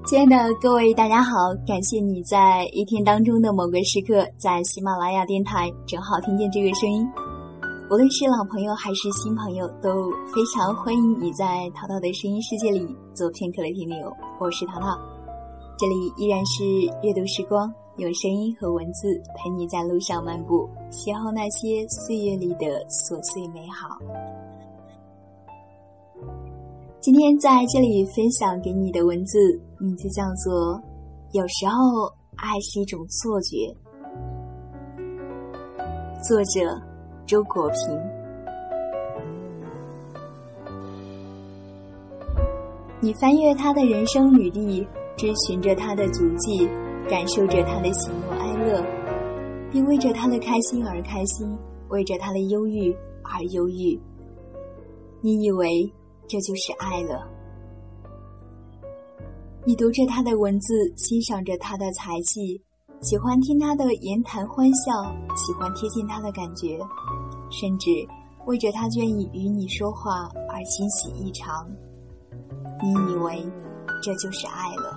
亲爱的各位大家好，感谢你在一天当中的某个时刻在喜马拉雅电台正好听见这个声音。无论是老朋友还是新朋友，都非常欢迎你在淘淘的声音世界里做片刻的停留。我是淘淘，这里依然是阅读时光，用声音和文字陪你在路上漫步，邂逅那些岁月里的琐碎美好。今天在这里分享给你的文字名字叫做有时候爱是一种错觉，作者周国平。你翻阅他的人生履历，追寻着他的足迹，感受着他的喜怒哀乐，并为着他的开心而开心，为着他的忧郁而忧郁。你以为这就是爱了。你读着他的文字，欣赏着他的才气，喜欢听他的言谈欢笑，喜欢贴近他的感觉，甚至为着他愿意与你说话而欣喜异常。你以为这就是爱了。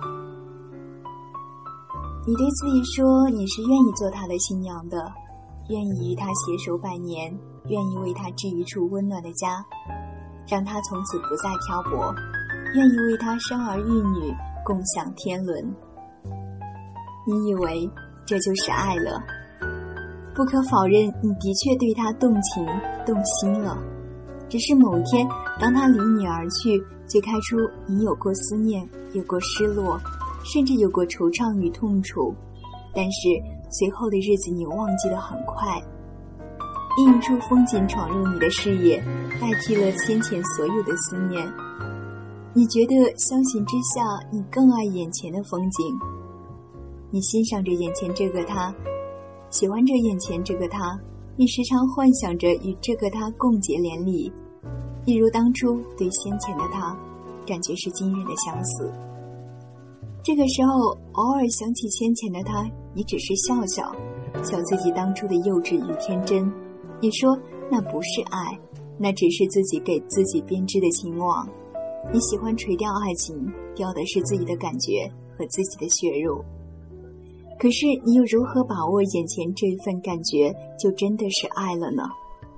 你对自己说，你是愿意做他的新娘的，愿意与他携手百年，愿意为他织一处温暖的家，让他从此不再漂泊，愿意为他生儿育女，共享天伦。你以为这就是爱了。不可否认，你的确对他动情动心了，只是某一天当他离你而去，最开初你有过思念，有过失落，甚至有过惆怅与痛楚，但是随后的日子你忘记得很快。另一处风景闯入你的视野，代替了先前所有的思念。你觉得相形之下，你更爱眼前的风景。你欣赏着眼前这个他，喜欢着眼前这个他，你时常幻想着与这个他共结连理，一如当初对先前的他，感觉是今日的相似。这个时候偶尔想起先前的他，你只是笑笑，笑自己当初的幼稚与天真。你说那不是爱，那只是自己给自己编织的情网。你喜欢垂钓爱情，钓的是自己的感觉和自己的血肉。可是你又如何把握眼前这份感觉就真的是爱了呢？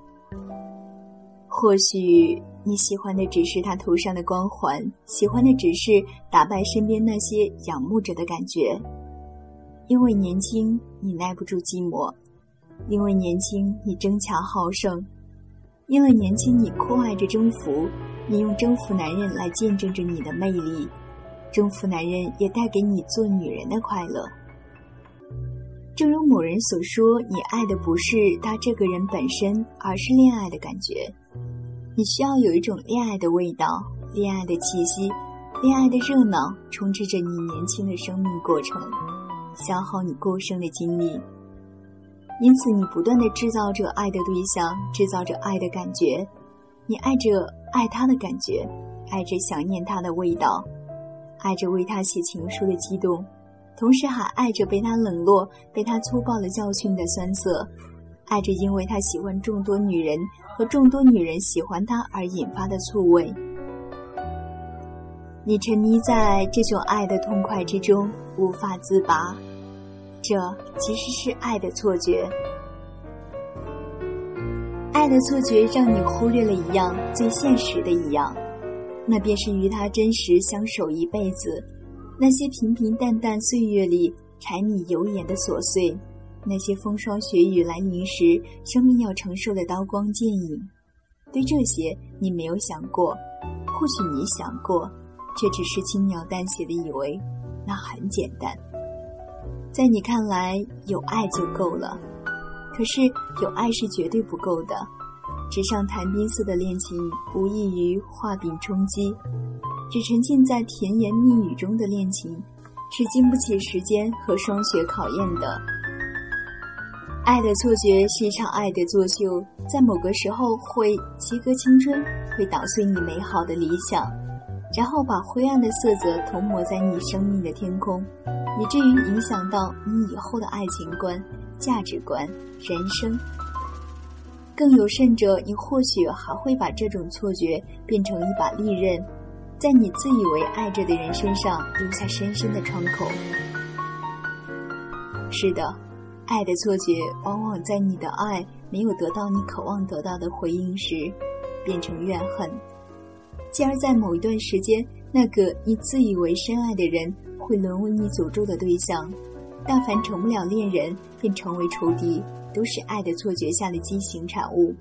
或许你喜欢的只是他头上的光环，喜欢的只是打败身边那些仰慕着的感觉。因为年轻，你耐不住寂寞；因为年轻，你争强好胜；因为年轻，你酷爱着征服。你用征服男人来见证着你的魅力，征服男人也带给你做女人的快乐。正如某人所说，你爱的不是他这个人本身，而是恋爱的感觉。你需要有一种恋爱的味道，恋爱的气息，恋爱的热闹，充斥着你年轻的生命过程，消耗你过剩的精力。因此你不断地制造着爱的对象，制造着爱的感觉。你爱着爱他的感觉，爱着想念他的味道，爱着为他写情书的激动，同时还爱着被他冷落，被他粗暴的教训的酸涩，爱着因为他喜欢众多女人和众多女人喜欢他而引发的醋味。你沉迷在这种爱的痛快之中，无法自拔，这其实是爱的错觉。爱的错觉让你忽略了一样最现实的一样，那便是与他真实相守一辈子。那些平平淡淡岁月里柴米油盐的琐碎，那些风霜雪雨来临时生命要承受的刀光剑影，对这些你没有想过，或许你想过，却只是轻描淡写的以为那很简单。在你看来有爱就够了，可是有爱是绝对不够的。纸上谈兵似的恋情无异于画饼充饥，只沉浸在甜言蜜语中的恋情是经不起时间和霜雪考验的。爱的错觉是一场爱的作秀，在某个时候会切割青春，会捣碎你美好的理想，然后把灰暗的色泽涂抹在你生命的天空，以至于影响到你以后的爱情观、价值观、人生。更有甚者，你或许还会把这种错觉变成一把利刃， 在你自以为爱着的人身上留下深深的创口。是的，爱的错觉往往在你的爱没有得到你渴望得到的回应时变成怨恨，继而在某一段时间，那个你自以为深爱的人会沦为你诅咒的对象。但凡成不了恋人便成为仇敌，都是爱的错觉下的畸形产物。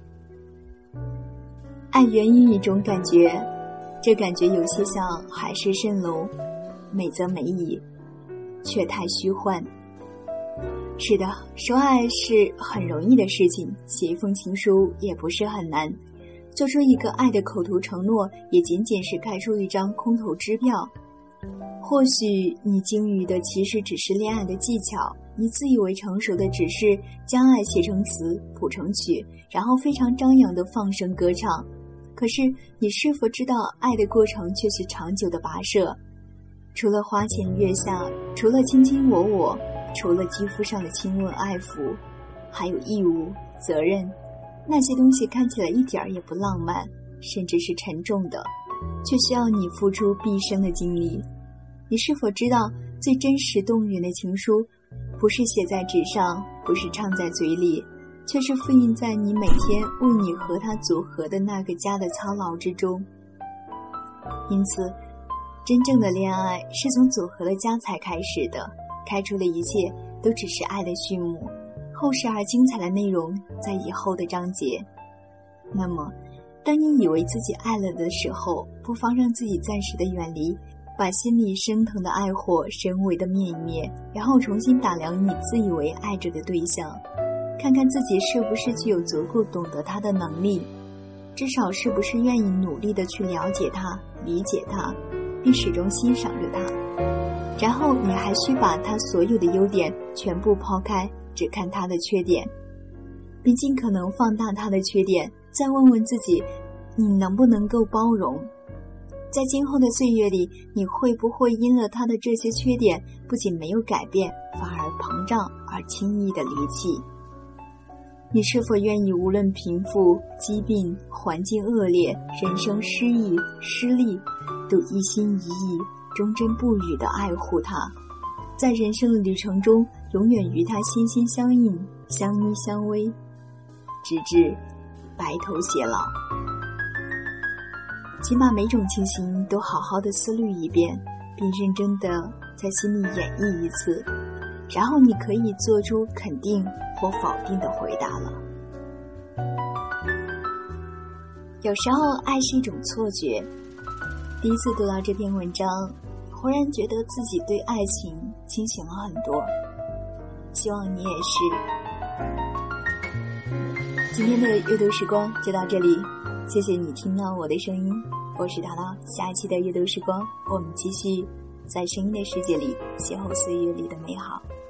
爱源于一种感觉，这感觉有些像海市蜃楼，美则美矣，却太虚幻。是的，说爱是很容易的事情，写一封情书也不是很难，做出一个爱的口头承诺也仅仅是盖出一张空头支票。或许你精于的其实只是恋爱的技巧，你自以为成熟的只是将爱写成词谱成曲，然后非常张扬的放声歌唱。可是你是否知道爱的过程却是长久的跋涉，除了花前月下，除了卿卿我我，除了肌肤上的亲吻爱抚，还有义务责任，那些东西看起来一点也不浪漫，甚至是沉重的，却需要你付出毕生的精力。你是否知道最真实动人的情书不是写在纸上，不是唱在嘴里，却是复印在你每天为你和他组合的那个家的操劳之中。因此真正的恋爱是从组合的家才开始的，开出的一切都只是爱的序幕，厚实而精彩的内容在以后的章节。那么当你以为自己爱了的时候，不妨让自己暂时的远离，把心里升腾的爱火深微的灭一灭，然后重新打量你自以为爱着的对象，看看自己是不是具有足够懂得他的能力，至少是不是愿意努力的去了解他，理解他，并始终欣赏着他。然后你还需把他所有的优点全部抛开，只看他的缺点，并尽可能放大他的缺点，再问问自己，你能不能够包容。在今后的岁月里，你会不会因了他的这些缺点，不仅没有改变，反而膨胀而轻易的离弃？你是否愿意无论贫富、疾病、环境恶劣、人生失意、失利，都一心一意、忠贞不渝地爱护他，在人生的旅程中永远与他心心相印、相依相偎，直至白头偕老？请把每种情形都好好的思虑一遍，并认真的在心里演绎一次，然后你可以做出肯定或否定的回答了。有时候爱是一种错觉，第一次读到这篇文章，忽然觉得自己对爱情清醒了很多，希望你也是。今天的阅读时光就到这里，谢谢你听到我的声音，我是淘淘。下一期的阅读时光，我们继续在声音的世界里邂逅岁月里的美好。